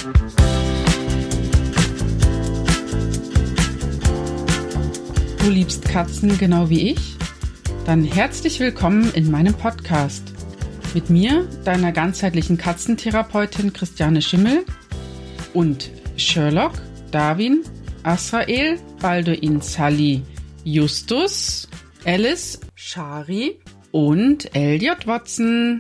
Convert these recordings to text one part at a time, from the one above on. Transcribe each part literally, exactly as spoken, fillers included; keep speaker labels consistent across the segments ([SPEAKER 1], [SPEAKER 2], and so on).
[SPEAKER 1] Du liebst Katzen genau wie ich? Dann herzlich willkommen in meinem Podcast. Mit mir, deiner ganzheitlichen Katzentherapeutin Christiane Schimmel und Sherlock, Darwin, Azrael, Balduin, Sally, Justus, Alice, Shari und L J Watson.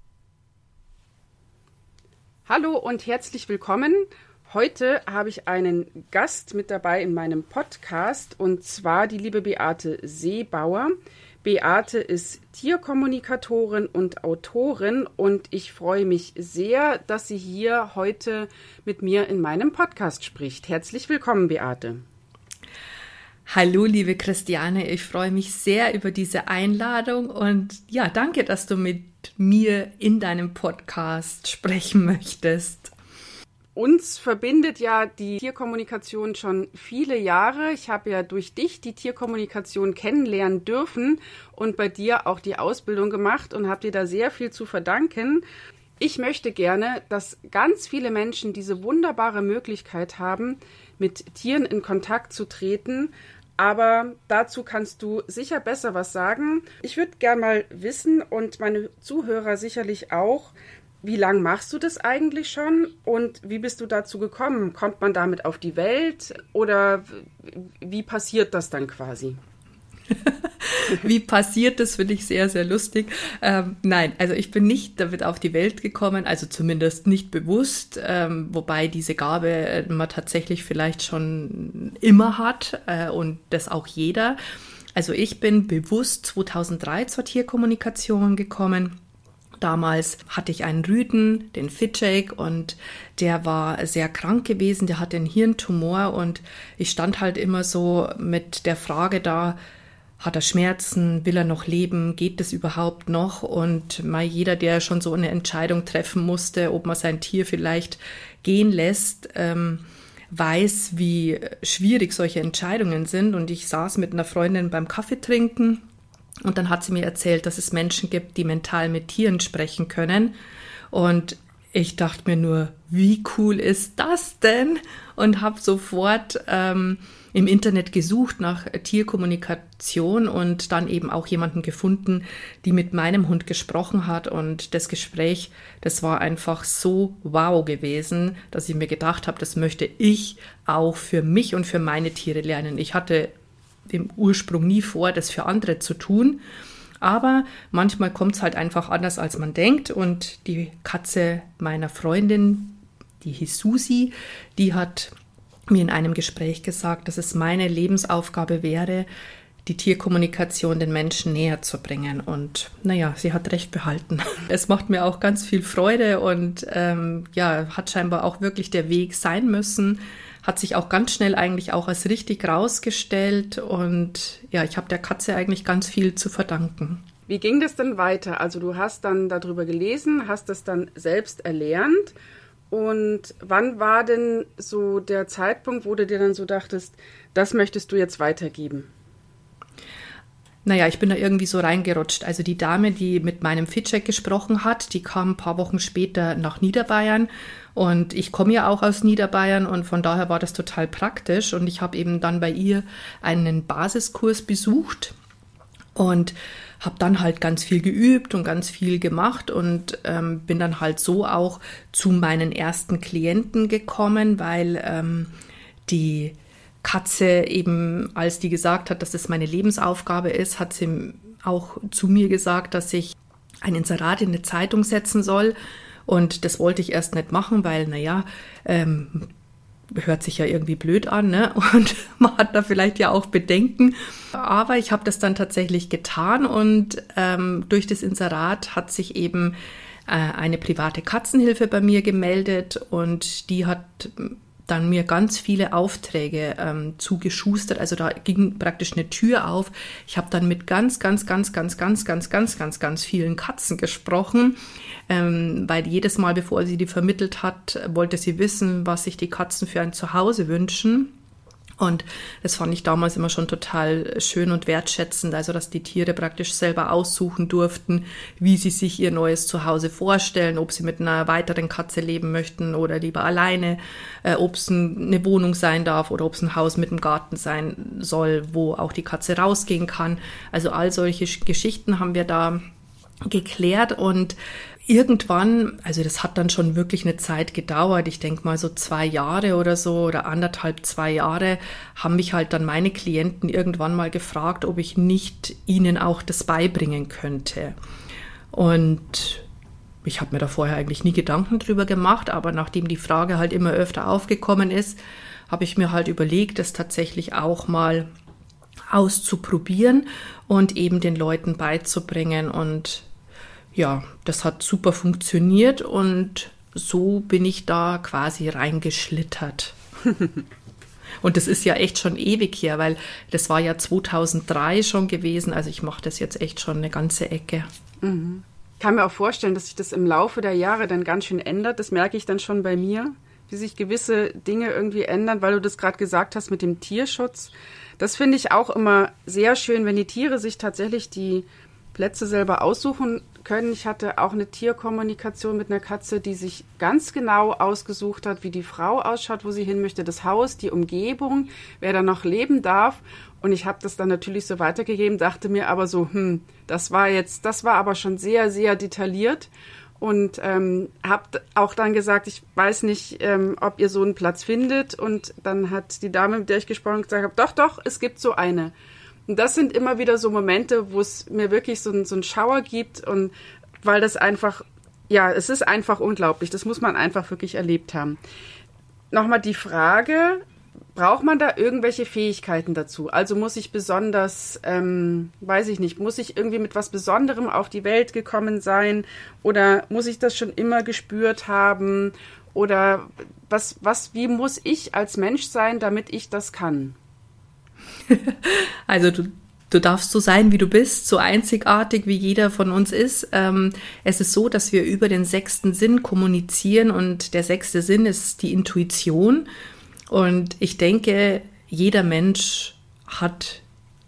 [SPEAKER 1] Hallo und herzlich willkommen. Heute habe ich einen Gast mit dabei in meinem Podcast und zwar die liebe Beate Seebauer. Beate ist Tierkommunikatorin und Autorin und ich freue mich sehr, dass sie hier heute mit mir in meinem Podcast spricht. Herzlich willkommen, Beate.
[SPEAKER 2] Hallo, liebe Christiane, ich freue mich sehr über diese Einladung und ja, danke, dass du mit mir in deinem Podcast sprechen möchtest.
[SPEAKER 1] Uns verbindet ja die Tierkommunikation schon viele Jahre. Ich habe ja durch dich die Tierkommunikation kennenlernen dürfen und bei dir auch die Ausbildung gemacht und habe dir da sehr viel zu verdanken. Ich möchte gerne, dass ganz viele Menschen diese wunderbare Möglichkeit haben, mit Tieren in Kontakt zu treten. Aber dazu kannst du sicher besser was sagen. Ich würde gerne mal wissen und meine Zuhörer sicherlich auch, wie lange machst du das eigentlich schon und wie bist du dazu gekommen? Kommt man damit auf die Welt oder wie passiert das dann quasi?
[SPEAKER 2] Wie passiert das, finde ich sehr, sehr lustig. Ähm, nein, also ich bin nicht damit auf die Welt gekommen, also zumindest nicht bewusst, ähm, wobei diese Gabe man tatsächlich vielleicht schon immer hat äh, und das auch jeder. Also ich bin bewusst zweitausenddrei zur Tierkommunikation gekommen. Damals hatte ich einen Rüden, den Fitchake, und der war sehr krank gewesen, der hatte einen Hirntumor und ich stand halt immer so mit der Frage da, hat er Schmerzen, will er noch leben, geht das überhaupt noch? Und mal jeder, der schon so eine Entscheidung treffen musste, ob man sein Tier vielleicht gehen lässt, ähm, weiß, wie schwierig solche Entscheidungen sind. Und ich saß mit einer Freundin beim Kaffee trinken. Und dann hat sie mir erzählt, dass es Menschen gibt, die mental mit Tieren sprechen können. Und ich dachte mir nur, wie cool ist das denn? Und habe sofort ähm, im Internet gesucht nach Tierkommunikation und dann eben auch jemanden gefunden, die mit meinem Hund gesprochen hat. Und das Gespräch, das war einfach so wow gewesen, dass ich mir gedacht habe, das möchte ich auch für mich und für meine Tiere lernen. Ich hatte im Ursprung nie vor, das für andere zu tun. Aber manchmal kommt es halt einfach anders, als man denkt. Und die Katze meiner Freundin, die hieß Susi, die hat mir in einem Gespräch gesagt, dass es meine Lebensaufgabe wäre, die Tierkommunikation den Menschen näher zu bringen. Und naja, sie hat recht behalten. Es macht mir auch ganz viel Freude und ähm, ja, hat scheinbar auch wirklich der Weg sein müssen. Hat sich auch ganz schnell eigentlich auch als richtig rausgestellt und ja, ich habe der Katze eigentlich ganz viel zu verdanken.
[SPEAKER 1] Wie ging das denn weiter? Also du hast dann darüber gelesen, hast das dann selbst erlernt und wann war denn so der Zeitpunkt, wo du dir dann so dachtest, das möchtest du jetzt weitergeben?
[SPEAKER 2] Naja, ich bin da irgendwie so reingerutscht. Also die Dame, die mit meinem Fitchake gesprochen hat, die kam ein paar Wochen später nach Niederbayern und ich komme ja auch aus Niederbayern und von daher war das total praktisch und ich habe eben dann bei ihr einen Basiskurs besucht und habe dann halt ganz viel geübt und ganz viel gemacht und ähm, bin dann halt so auch zu meinen ersten Klienten gekommen, weil ähm, die Katze eben, als die gesagt hat, dass das meine Lebensaufgabe ist, hat sie auch zu mir gesagt, dass ich ein Inserat in eine Zeitung setzen soll. Und das wollte ich erst nicht machen, weil, naja, ähm, hört sich ja irgendwie blöd an, ne? Und man hat da vielleicht ja auch Bedenken. Aber ich habe das dann tatsächlich getan und ähm, durch das Inserat hat sich eben äh, eine private Katzenhilfe bei mir gemeldet und die hat dann mir ganz viele Aufträge ähm, zugeschustert. Also da ging praktisch eine Tür auf. Ich habe dann mit ganz, ganz, ganz, ganz, ganz, ganz, ganz, ganz, ganz vielen Katzen gesprochen, ähm, weil jedes Mal, bevor sie die vermittelt hat, wollte sie wissen, was sich die Katzen für ein Zuhause wünschen. Und das fand ich damals immer schon total schön und wertschätzend, also dass die Tiere praktisch selber aussuchen durften, wie sie sich ihr neues Zuhause vorstellen, ob sie mit einer weiteren Katze leben möchten oder lieber alleine, äh, ob es ein, eine Wohnung sein darf oder ob es ein Haus mit einem Garten sein soll, wo auch die Katze rausgehen kann. Also all solche Geschichten haben wir da geklärt und irgendwann, also das hat dann schon wirklich eine Zeit gedauert, ich denke mal so zwei Jahre oder so oder anderthalb, zwei Jahre, haben mich halt dann meine Klienten irgendwann mal gefragt, ob ich nicht ihnen auch das beibringen könnte. Und ich habe mir da vorher eigentlich nie Gedanken drüber gemacht, aber nachdem die Frage halt immer öfter aufgekommen ist, habe ich mir halt überlegt, das tatsächlich auch mal auszuprobieren und eben den Leuten beizubringen. Und ja, das hat super funktioniert und so bin ich da quasi reingeschlittert. Und das ist ja echt schon ewig her, weil das war ja zweitausenddrei schon gewesen. Also ich mache das jetzt echt schon eine ganze Ecke.
[SPEAKER 1] Mhm. Ich kann mir auch vorstellen, dass sich das im Laufe der Jahre dann ganz schön ändert. Das merke ich dann schon bei mir, wie sich gewisse Dinge irgendwie ändern, weil du das gerade gesagt hast mit dem Tierschutz. Das finde ich auch immer sehr schön, wenn die Tiere sich tatsächlich die Plätze selber aussuchen können. Ich hatte auch eine Tierkommunikation mit einer Katze, die sich ganz genau ausgesucht hat, wie die Frau ausschaut, wo sie hin möchte, das Haus, die Umgebung, wer da noch leben darf. Und ich habe das dann natürlich so weitergegeben, dachte mir aber so, hm, das war jetzt, das war aber schon sehr, sehr detailliert. Und ähm, habe auch dann gesagt, ich weiß nicht, ähm, ob ihr so einen Platz findet. Und dann hat die Dame, mit der ich gesprochen habe, gesagt, doch, doch, es gibt so eine. Und das sind immer wieder so Momente, wo es mir wirklich so, ein, so einen Schauer gibt und weil das einfach, ja, es ist einfach unglaublich. Das muss man einfach wirklich erlebt haben. Nochmal die Frage, braucht man da irgendwelche Fähigkeiten dazu? Also muss ich besonders, ähm, weiß ich nicht, muss ich irgendwie mit was Besonderem auf die Welt gekommen sein oder muss ich das schon immer gespürt haben? Oder was, was, wie muss ich als Mensch sein, damit ich das kann?
[SPEAKER 2] Also du, du darfst so sein, wie du bist, so einzigartig, wie jeder von uns ist. Ähm, es ist so, dass wir über den sechsten Sinn kommunizieren und der sechste Sinn ist die Intuition. Und ich denke, jeder Mensch hat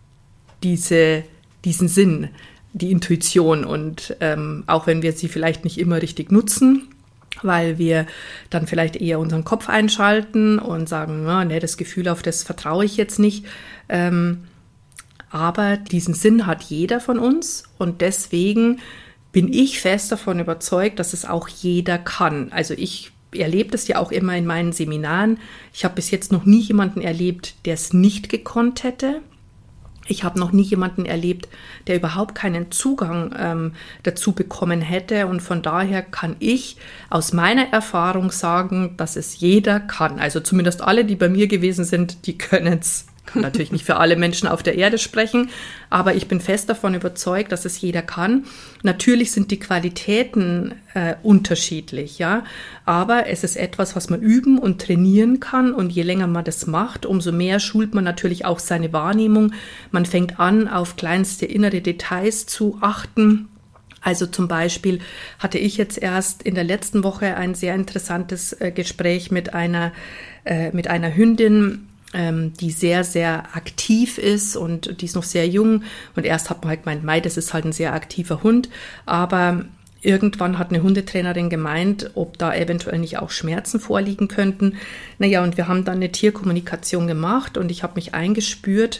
[SPEAKER 2] diese, diesen Sinn, die Intuition. Und ähm, auch wenn wir sie vielleicht nicht immer richtig nutzen, weil wir dann vielleicht eher unseren Kopf einschalten und sagen, ja, nee, das Gefühl, auf das vertraue ich jetzt nicht. Ähm, aber diesen Sinn hat jeder von uns und deswegen bin ich fest davon überzeugt, dass es auch jeder kann. Also ich erlebe das ja auch immer in meinen Seminaren. Ich habe bis jetzt noch nie jemanden erlebt, der es nicht gekonnt hätte. Ich habe noch nie jemanden erlebt, der überhaupt keinen Zugang ähm, dazu bekommen hätte. Und von daher kann ich aus meiner Erfahrung sagen, dass es jeder kann. Also zumindest alle, die bei mir gewesen sind, die können es. Ich kann natürlich nicht für alle Menschen auf der Erde sprechen, aber ich bin fest davon überzeugt, dass es jeder kann. Natürlich sind die Qualitäten äh, unterschiedlich, ja, aber es ist etwas, was man üben und trainieren kann und je länger man das macht, umso mehr schult man natürlich auch seine Wahrnehmung. Man fängt an, auf kleinste innere Details zu achten. Also zum Beispiel hatte ich jetzt erst in der letzten Woche ein sehr interessantes äh, Gespräch mit einer, äh, mit einer Hündin, die sehr, sehr aktiv ist und die ist noch sehr jung. Und erst hat man halt gemeint, mei, das ist halt ein sehr aktiver Hund. Aber irgendwann hat eine Hundetrainerin gemeint, ob da eventuell nicht auch Schmerzen vorliegen könnten. Naja, und wir haben dann eine Tierkommunikation gemacht und ich habe mich eingespürt.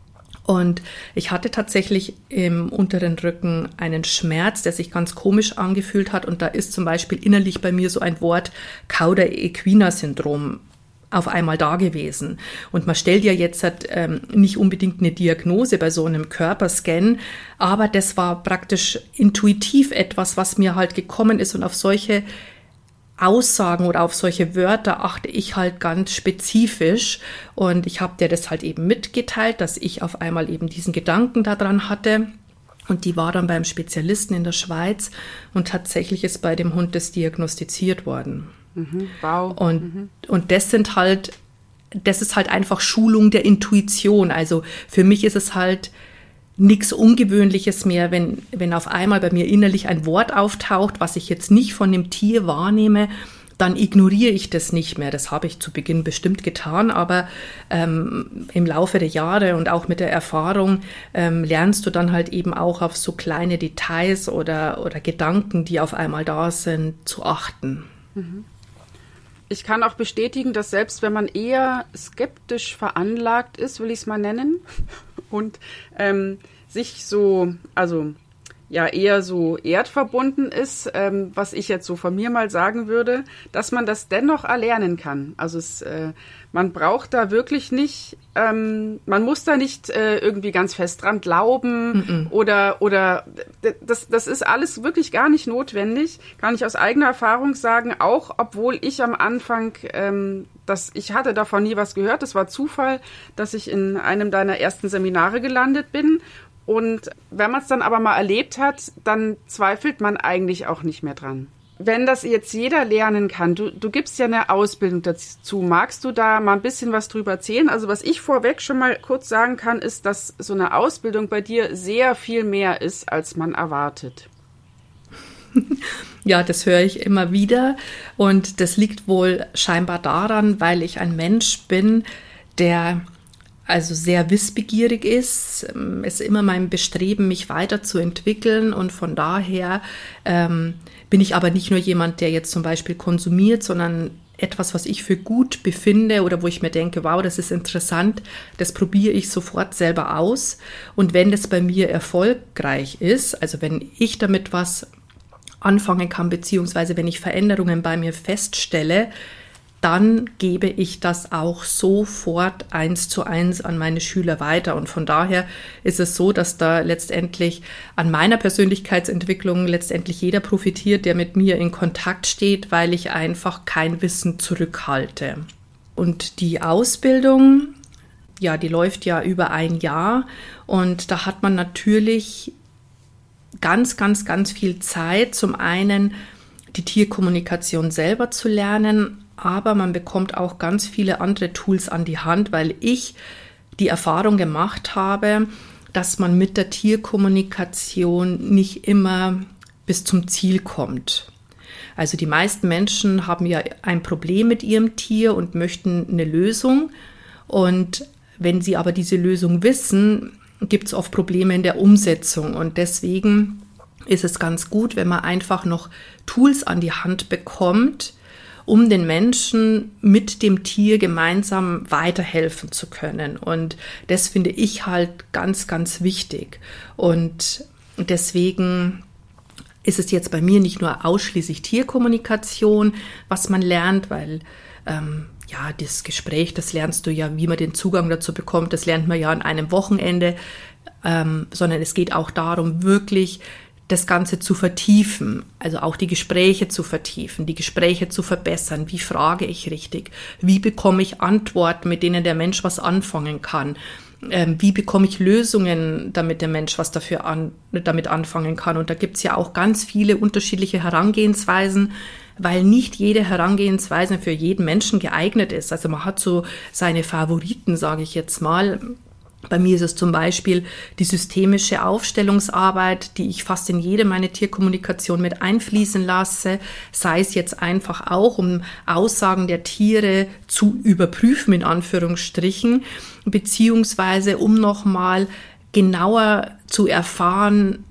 [SPEAKER 2] Und ich hatte tatsächlich im unteren Rücken einen Schmerz, der sich ganz komisch angefühlt hat. Und da ist zum Beispiel innerlich bei mir so ein Wort Cauda-Equina-Syndrom auf einmal da gewesen. Und man stellt ja jetzt halt, ähm, nicht unbedingt eine Diagnose bei so einem Körperscan, aber das war praktisch intuitiv etwas, was mir halt gekommen ist und auf solche Aussagen oder auf solche Wörter achte ich halt ganz spezifisch und ich habe dir das halt eben mitgeteilt, dass ich auf einmal eben diesen Gedanken daran hatte. Und die war dann beim Spezialisten in der Schweiz und tatsächlich ist bei dem Hund das diagnostiziert worden.
[SPEAKER 1] Mhm, wow.
[SPEAKER 2] Und,
[SPEAKER 1] mhm.
[SPEAKER 2] und das sind halt, das ist halt einfach Schulung der Intuition. Also für mich ist es halt nichts Ungewöhnliches mehr, wenn, wenn auf einmal bei mir innerlich ein Wort auftaucht, was ich jetzt nicht von dem Tier wahrnehme, dann ignoriere ich das nicht mehr. Das habe ich zu Beginn bestimmt getan, aber ähm, im Laufe der Jahre und auch mit der Erfahrung ähm, lernst du dann halt eben auch auf so kleine Details oder, oder Gedanken, die auf einmal da sind, zu achten.
[SPEAKER 1] Ich kann auch bestätigen, dass selbst wenn man eher skeptisch veranlagt ist, will ich es mal nennen, und ähm, sich so, also ja eher so erdverbunden ist, ähm, was ich jetzt so von mir mal sagen würde, dass man das dennoch erlernen kann. Also es, äh, man braucht da wirklich nicht, ähm, man muss da nicht äh, irgendwie ganz fest dran glauben Mm-mm. oder oder das das ist alles wirklich gar nicht notwendig. Kann ich aus eigener Erfahrung sagen, auch obwohl ich am Anfang, ähm, das, ich hatte davon nie was gehört, das war Zufall, dass ich in einem deiner ersten Seminare gelandet bin. Und wenn man es dann aber mal erlebt hat, dann zweifelt man eigentlich auch nicht mehr dran. Wenn das jetzt jeder lernen kann, du, du gibst ja eine Ausbildung dazu, magst du da mal ein bisschen was drüber erzählen? Also was ich vorweg schon mal kurz sagen kann, ist, dass so eine Ausbildung bei dir sehr viel mehr ist, als man erwartet.
[SPEAKER 2] Ja, das höre ich immer wieder und das liegt wohl scheinbar daran, weil ich ein Mensch bin, der also sehr wissbegierig ist. Es ist immer mein Bestreben, mich weiterzuentwickeln und von daher ähm, bin ich aber nicht nur jemand, der jetzt zum Beispiel konsumiert, sondern etwas, was ich für gut befinde oder wo ich mir denke, wow, das ist interessant, das probiere ich sofort selber aus. Und wenn das bei mir erfolgreich ist, also wenn ich damit was anfangen kann, beziehungsweise wenn ich Veränderungen bei mir feststelle, dann gebe ich das auch sofort eins zu eins an meine Schüler weiter. Und von daher ist es so, dass da letztendlich an meiner Persönlichkeitsentwicklung letztendlich jeder profitiert, der mit mir in Kontakt steht, weil ich einfach kein Wissen zurückhalte. Und die Ausbildung, ja, die läuft ja über ein Jahr und da hat man natürlich ganz, ganz, ganz viel Zeit, zum einen die Tierkommunikation selber zu lernen, aber man bekommt auch ganz viele andere Tools an die Hand, weil ich die Erfahrung gemacht habe, dass man mit der Tierkommunikation nicht immer bis zum Ziel kommt. Also die meisten Menschen haben ja ein Problem mit ihrem Tier und möchten eine Lösung. Und wenn sie aber diese Lösung wissen, gibt es oft Probleme in der Umsetzung. Und deswegen ist es ganz gut, wenn man einfach noch Tools an die Hand bekommt, um den Menschen mit dem Tier gemeinsam weiterhelfen zu können. Und das finde ich halt ganz, ganz wichtig. Und deswegen ist es jetzt bei mir nicht nur ausschließlich Tierkommunikation, was man lernt, weil ähm, ja, das Gespräch, das lernst du ja, wie man den Zugang dazu bekommt, das lernt man ja an einem Wochenende, ähm, sondern es geht auch darum, wirklich das Ganze zu vertiefen, also auch die Gespräche zu vertiefen, die Gespräche zu verbessern. Wie frage ich richtig? Wie bekomme ich Antworten, mit denen der Mensch was anfangen kann? Ähm, wie bekomme ich Lösungen, damit der Mensch was dafür an, damit anfangen kann? Und da gibt es ja auch ganz viele unterschiedliche Herangehensweisen, weil nicht jede Herangehensweise für jeden Menschen geeignet ist. Also man hat so seine Favoriten, sage ich jetzt mal. Bei mir ist es zum Beispiel die systemische Aufstellungsarbeit, die ich fast in jede meine Tierkommunikation mit einfließen lasse, sei es jetzt einfach auch, um Aussagen der Tiere zu überprüfen, in Anführungsstrichen, beziehungsweise um nochmal genauer zu erfahren,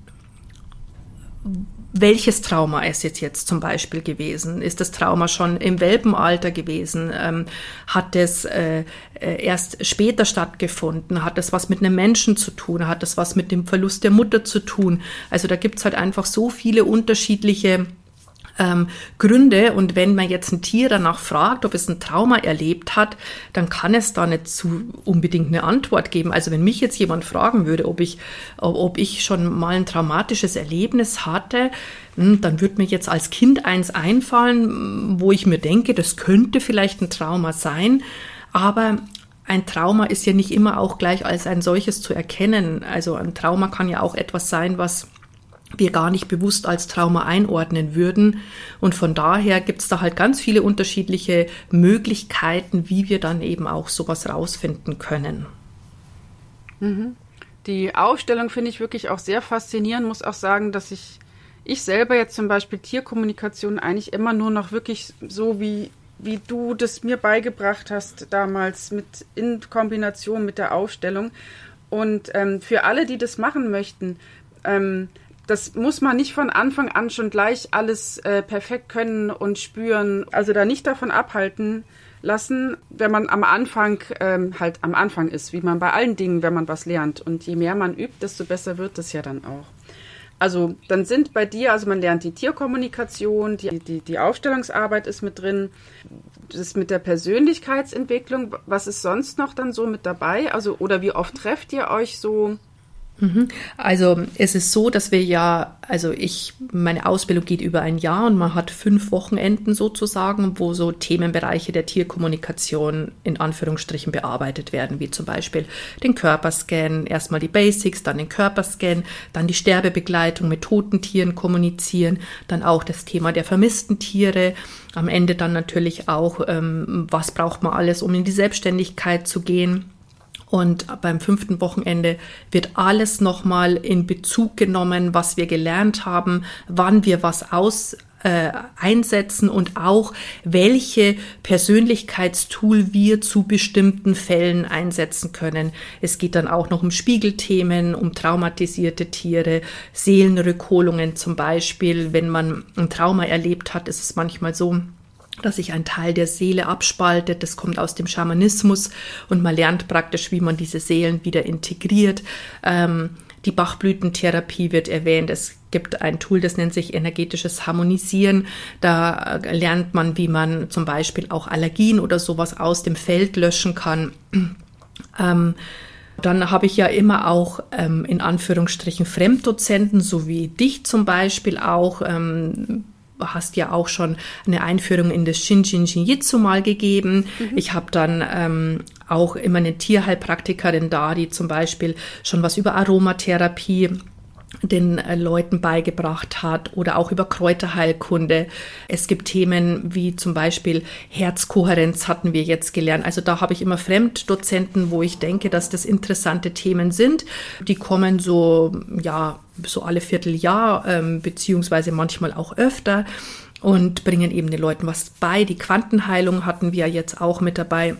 [SPEAKER 2] welches Trauma ist jetzt, jetzt zum Beispiel gewesen? Ist das Trauma schon im Welpenalter gewesen? Ähm, hat es äh, erst später stattgefunden? Hat es was mit einem Menschen zu tun? Hat es was mit dem Verlust der Mutter zu tun? Also da gibt's halt einfach so viele unterschiedliche Ähm, Gründe, und wenn man jetzt ein Tier danach fragt, ob es ein Trauma erlebt hat, dann kann es da nicht zu unbedingt eine Antwort geben. Also wenn mich jetzt jemand fragen würde, ob ich, ob ich schon mal ein traumatisches Erlebnis hatte, dann würde mir jetzt als Kind eins einfallen, wo ich mir denke, das könnte vielleicht ein Trauma sein, aber ein Trauma ist ja nicht immer auch gleich als ein solches zu erkennen. Also ein Trauma kann ja auch etwas sein, was wir gar nicht bewusst als Trauma einordnen würden. Und von daher gibt es da halt ganz viele unterschiedliche Möglichkeiten, wie wir dann eben auch sowas rausfinden können.
[SPEAKER 1] Die Aufstellung finde ich wirklich auch sehr faszinierend. Muss auch sagen, dass ich ich selber jetzt zum Beispiel Tierkommunikation eigentlich immer nur noch wirklich so wie, wie du das mir beigebracht hast damals mit in Kombination mit der Aufstellung. Und ähm, für alle, die das machen möchten, ähm, das muss man nicht von Anfang an schon gleich alles äh, perfekt können und spüren. Also da nicht davon abhalten lassen, wenn man am Anfang ähm, halt am Anfang ist, wie man bei allen Dingen, wenn man was lernt. Und je mehr man übt, desto besser wird es ja dann auch. Also dann sind bei dir, also man lernt die Tierkommunikation, die, die, die Aufstellungsarbeit ist mit drin, das mit der Persönlichkeitsentwicklung. Was ist sonst noch dann so mit dabei? Also oder wie oft trefft ihr euch so?
[SPEAKER 2] Also es ist so, dass wir ja, also ich, meine Ausbildung geht über ein Jahr und man hat fünf Wochenenden sozusagen, wo so Themenbereiche der Tierkommunikation in Anführungsstrichen bearbeitet werden, wie zum Beispiel den Körperscan, erstmal die Basics, dann den Körperscan, dann die Sterbebegleitung mit toten Tieren kommunizieren, dann auch das Thema der vermissten Tiere, am Ende dann natürlich auch, ähm, was braucht man alles, um in die Selbstständigkeit zu gehen. Und beim fünften Wochenende wird alles nochmal in Bezug genommen, was wir gelernt haben, wann wir was aus, äh, einsetzen und auch welche Persönlichkeitstool wir zu bestimmten Fällen einsetzen können. Es geht dann auch noch um Spiegelthemen, um traumatisierte Tiere, Seelenrückholungen zum Beispiel. Wenn man ein Trauma erlebt hat, ist es manchmal so, dass sich ein Teil der Seele abspaltet. Das kommt aus dem Schamanismus und man lernt praktisch, wie man diese Seelen wieder integriert. Ähm, die Bachblütentherapie wird erwähnt. Es gibt ein Tool, das nennt sich energetisches Harmonisieren. Da lernt man, wie man zum Beispiel auch Allergien oder sowas aus dem Feld löschen kann. Ähm, Dann habe ich ja immer auch ähm, in Anführungsstrichen Fremddozenten, so wie dich zum Beispiel auch, ähm, hast ja auch schon eine Einführung in das Shinjin Jiu-Jitsu mal gegeben. Mhm. Ich habe dann ähm, auch immer eine Tierheilpraktikerin da, die zum Beispiel schon was über Aromatherapie den äh, Leuten beigebracht hat oder auch über Kräuterheilkunde. Es gibt Themen wie zum Beispiel Herzkohärenz hatten wir jetzt gelernt. Also da habe ich immer Fremddozenten, wo ich denke, dass das interessante Themen sind. Die kommen so, ja, so alle Vierteljahr, ähm, beziehungsweise manchmal auch öfter und bringen eben den Leuten was bei. Die Quantenheilung hatten wir jetzt auch mit dabei.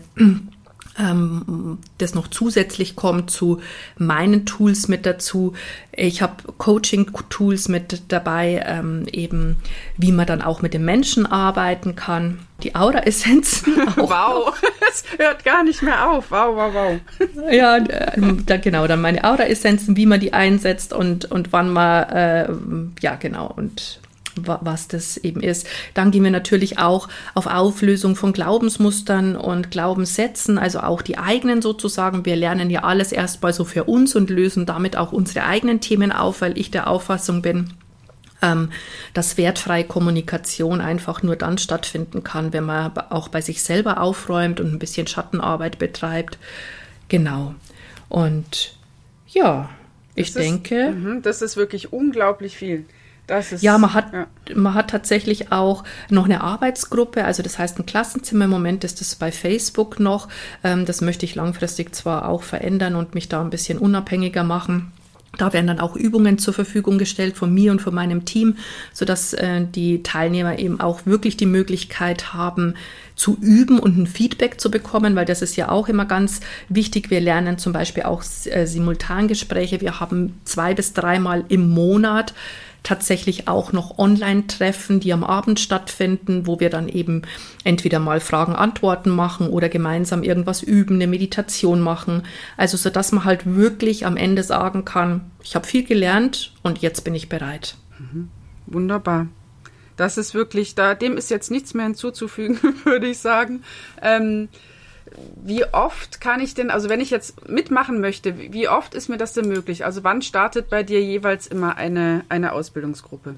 [SPEAKER 2] Das noch zusätzlich kommt zu meinen Tools mit dazu. Ich habe Coaching-Tools mit dabei, ähm, eben wie man dann auch mit den Menschen arbeiten kann. Die Aura-Essenzen auch.
[SPEAKER 1] Wow, es hört gar nicht mehr auf. Wow, wow, wow.
[SPEAKER 2] Ja, da, genau, dann meine Aura-Essenzen, wie man die einsetzt und, und wann man, äh, ja genau, und was das eben ist. Dann gehen wir natürlich auch auf Auflösung von Glaubensmustern und Glaubenssätzen, also auch die eigenen sozusagen. Wir lernen ja alles erstmal so für uns und lösen damit auch unsere eigenen Themen auf, weil ich der Auffassung bin, ähm, dass wertfreie Kommunikation einfach nur dann stattfinden kann, wenn man auch bei sich selber aufräumt und ein bisschen Schattenarbeit betreibt. Genau. Und ja, ich
[SPEAKER 1] das
[SPEAKER 2] denke...
[SPEAKER 1] Ist, mh, das ist wirklich unglaublich viel. Das ist,
[SPEAKER 2] ja, man hat,
[SPEAKER 1] ja.
[SPEAKER 2] man hat tatsächlich auch noch eine Arbeitsgruppe, also das heißt ein Klassenzimmer. Im Moment ist das bei Facebook noch. Ähm, das möchte ich langfristig zwar auch verändern und mich da ein bisschen unabhängiger machen. Da werden dann auch Übungen zur Verfügung gestellt von mir und von meinem Team, sodass äh, die Teilnehmer eben auch wirklich die Möglichkeit haben, zu üben und ein Feedback zu bekommen, weil das ist ja auch immer ganz wichtig. Wir lernen zum Beispiel auch äh, Simultangespräche. Wir haben zwei bis dreimal im Monat tatsächlich auch noch Online-Treffen, die am Abend stattfinden, wo wir dann eben entweder mal Fragen-Antworten machen oder gemeinsam irgendwas üben, eine Meditation machen. Also so, dass man halt wirklich am Ende sagen kann, ich habe viel gelernt und jetzt bin ich bereit.
[SPEAKER 1] Mhm. Wunderbar. Das ist wirklich, da dem ist jetzt nichts mehr hinzuzufügen, würde ich sagen. Ähm, Wie oft kann ich denn, also wenn ich jetzt mitmachen möchte, wie oft ist mir das denn möglich? Also wann startet bei dir jeweils immer eine, eine Ausbildungsgruppe?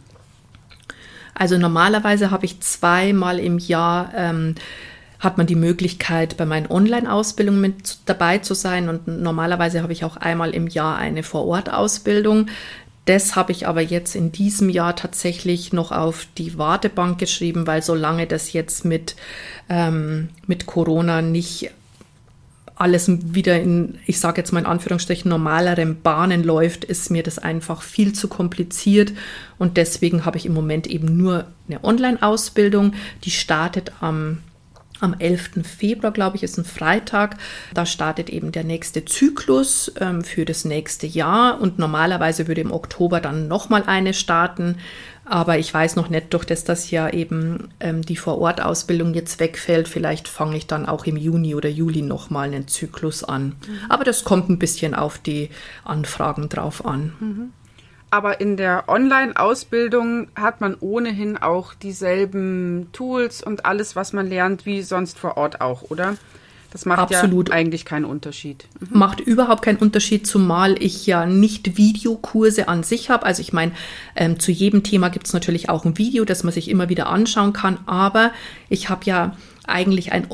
[SPEAKER 2] Also normalerweise habe ich zweimal im Jahr, ähm, hat man die Möglichkeit, bei meinen Online-Ausbildungen mit dabei zu sein. Und normalerweise habe ich auch einmal im Jahr eine Vor-Ort-Ausbildung. Das habe ich aber jetzt in diesem Jahr tatsächlich noch auf die Wartebank geschrieben, weil solange das jetzt mit, ähm, mit Corona nicht alles wieder in, ich sage jetzt mal in Anführungsstrichen, normaleren Bahnen läuft, ist mir das einfach viel zu kompliziert. Und deswegen habe ich im Moment eben nur eine Online-Ausbildung, die startet am Am elften Februar, glaube ich, ist ein Freitag. Da startet eben der nächste Zyklus ähm, für das nächste Jahr. Und normalerweise würde im Oktober dann nochmal eine starten. Aber ich weiß noch nicht, durch das, dass ja eben ähm, die Vor-Ort-Ausbildung jetzt wegfällt, vielleicht fange ich dann auch im Juni oder Juli nochmal einen Zyklus an. Mhm. Aber das kommt ein bisschen auf die Anfragen drauf an.
[SPEAKER 1] Mhm. Aber in der Online-Ausbildung hat man ohnehin auch dieselben Tools und alles, was man lernt, wie sonst vor Ort auch, oder? Das macht
[SPEAKER 2] Absolut.
[SPEAKER 1] Ja eigentlich keinen Unterschied.
[SPEAKER 2] Mhm. Macht überhaupt keinen Unterschied, zumal ich ja nicht Videokurse an sich habe. Also ich meine, ähm, zu jedem Thema gibt es natürlich auch ein Video, das man sich immer wieder anschauen kann. Aber ich habe ja eigentlich eine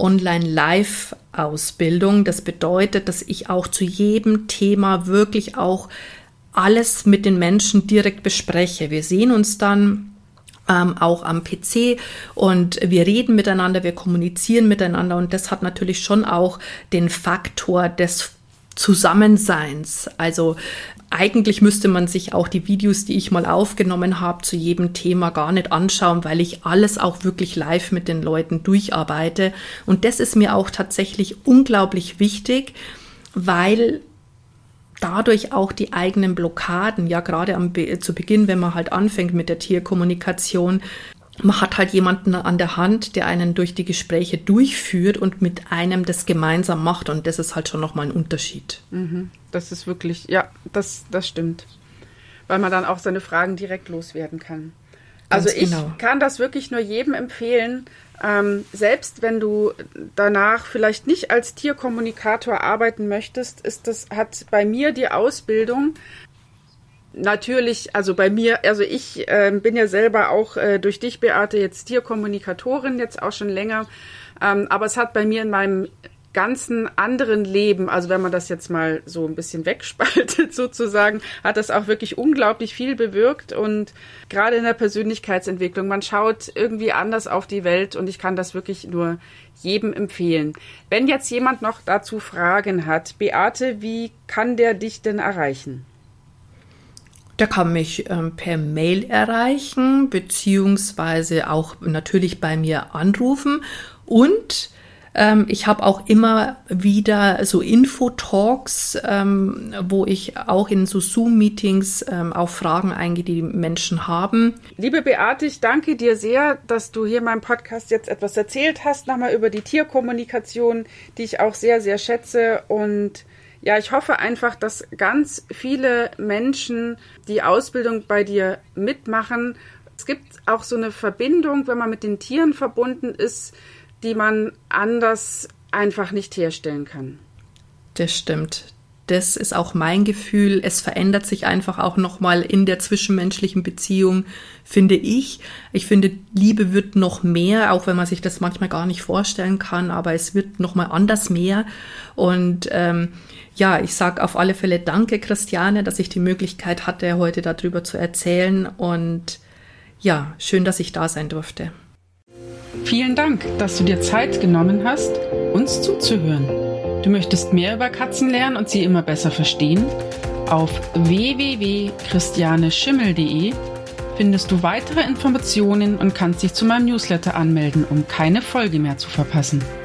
[SPEAKER 2] Online-Live-Ausbildung. Das bedeutet, dass ich auch zu jedem Thema wirklich auch alles mit den Menschen direkt bespreche. Wir sehen uns dann ähm, auch am P C und wir reden miteinander, wir kommunizieren miteinander und das hat natürlich schon auch den Faktor des Zusammenseins. Also eigentlich müsste man sich auch die Videos, die ich mal aufgenommen habe, zu jedem Thema gar nicht anschauen, weil ich alles auch wirklich live mit den Leuten durcharbeite. Und das ist mir auch tatsächlich unglaublich wichtig, weil dadurch auch die eigenen Blockaden, ja gerade am Be- zu Beginn, wenn man halt anfängt mit der Tierkommunikation, man hat halt jemanden an der Hand, der einen durch die Gespräche durchführt und mit einem das gemeinsam macht und das ist halt schon nochmal ein Unterschied.
[SPEAKER 1] Mhm. Das ist wirklich, ja, das, das stimmt, weil man dann auch seine Fragen direkt loswerden kann. Also
[SPEAKER 2] Ganz
[SPEAKER 1] ich
[SPEAKER 2] genau.
[SPEAKER 1] kann das wirklich nur jedem empfehlen, ähm, selbst wenn du danach vielleicht nicht als Tierkommunikator arbeiten möchtest, ist das, hat bei mir die Ausbildung natürlich, also bei mir, also ich äh, bin ja selber auch äh, durch dich, Beate, jetzt Tierkommunikatorin, jetzt auch schon länger, ähm, aber es hat bei mir in meinem ganzen anderen Leben, also wenn man das jetzt mal so ein bisschen wegspaltet sozusagen, hat das auch wirklich unglaublich viel bewirkt und gerade in der Persönlichkeitsentwicklung, man schaut irgendwie anders auf die Welt und ich kann das wirklich nur jedem empfehlen. Wenn jetzt jemand noch dazu Fragen hat, Beate, wie kann der dich denn erreichen?
[SPEAKER 2] Der kann mich ähm, per Mail erreichen, beziehungsweise auch natürlich bei mir anrufen und Ähm, ich habe auch immer wieder so Info-Talks, ähm, wo ich auch in so Zoom-Meetings ähm, auf Fragen eingehe, die die Menschen haben.
[SPEAKER 1] Liebe Beate, ich danke dir sehr, dass du hier in meinem Podcast jetzt etwas erzählt hast, nochmal über die Tierkommunikation, die ich auch sehr, sehr schätze. Und ja, ich hoffe einfach, dass ganz viele Menschen die Ausbildung bei dir mitmachen. Es gibt auch so eine Verbindung, wenn man mit den Tieren verbunden ist, die man anders einfach nicht herstellen kann.
[SPEAKER 2] Das stimmt. Das ist auch mein Gefühl. Es verändert sich einfach auch nochmal in der zwischenmenschlichen Beziehung, finde ich. Ich finde, Liebe wird noch mehr, auch wenn man sich das manchmal gar nicht vorstellen kann, aber es wird nochmal anders mehr. Und ähm, ja, ich sage auf alle Fälle danke, Christiane, dass ich die Möglichkeit hatte, heute darüber zu erzählen. Und ja, schön, dass ich da sein durfte.
[SPEAKER 1] Vielen Dank, dass du dir Zeit genommen hast, uns zuzuhören. Du möchtest mehr über Katzen lernen und sie immer besser verstehen? Auf w w w punkt christiane schimmel punkt de findest du weitere Informationen und kannst dich zu meinem Newsletter anmelden, um keine Folge mehr zu verpassen.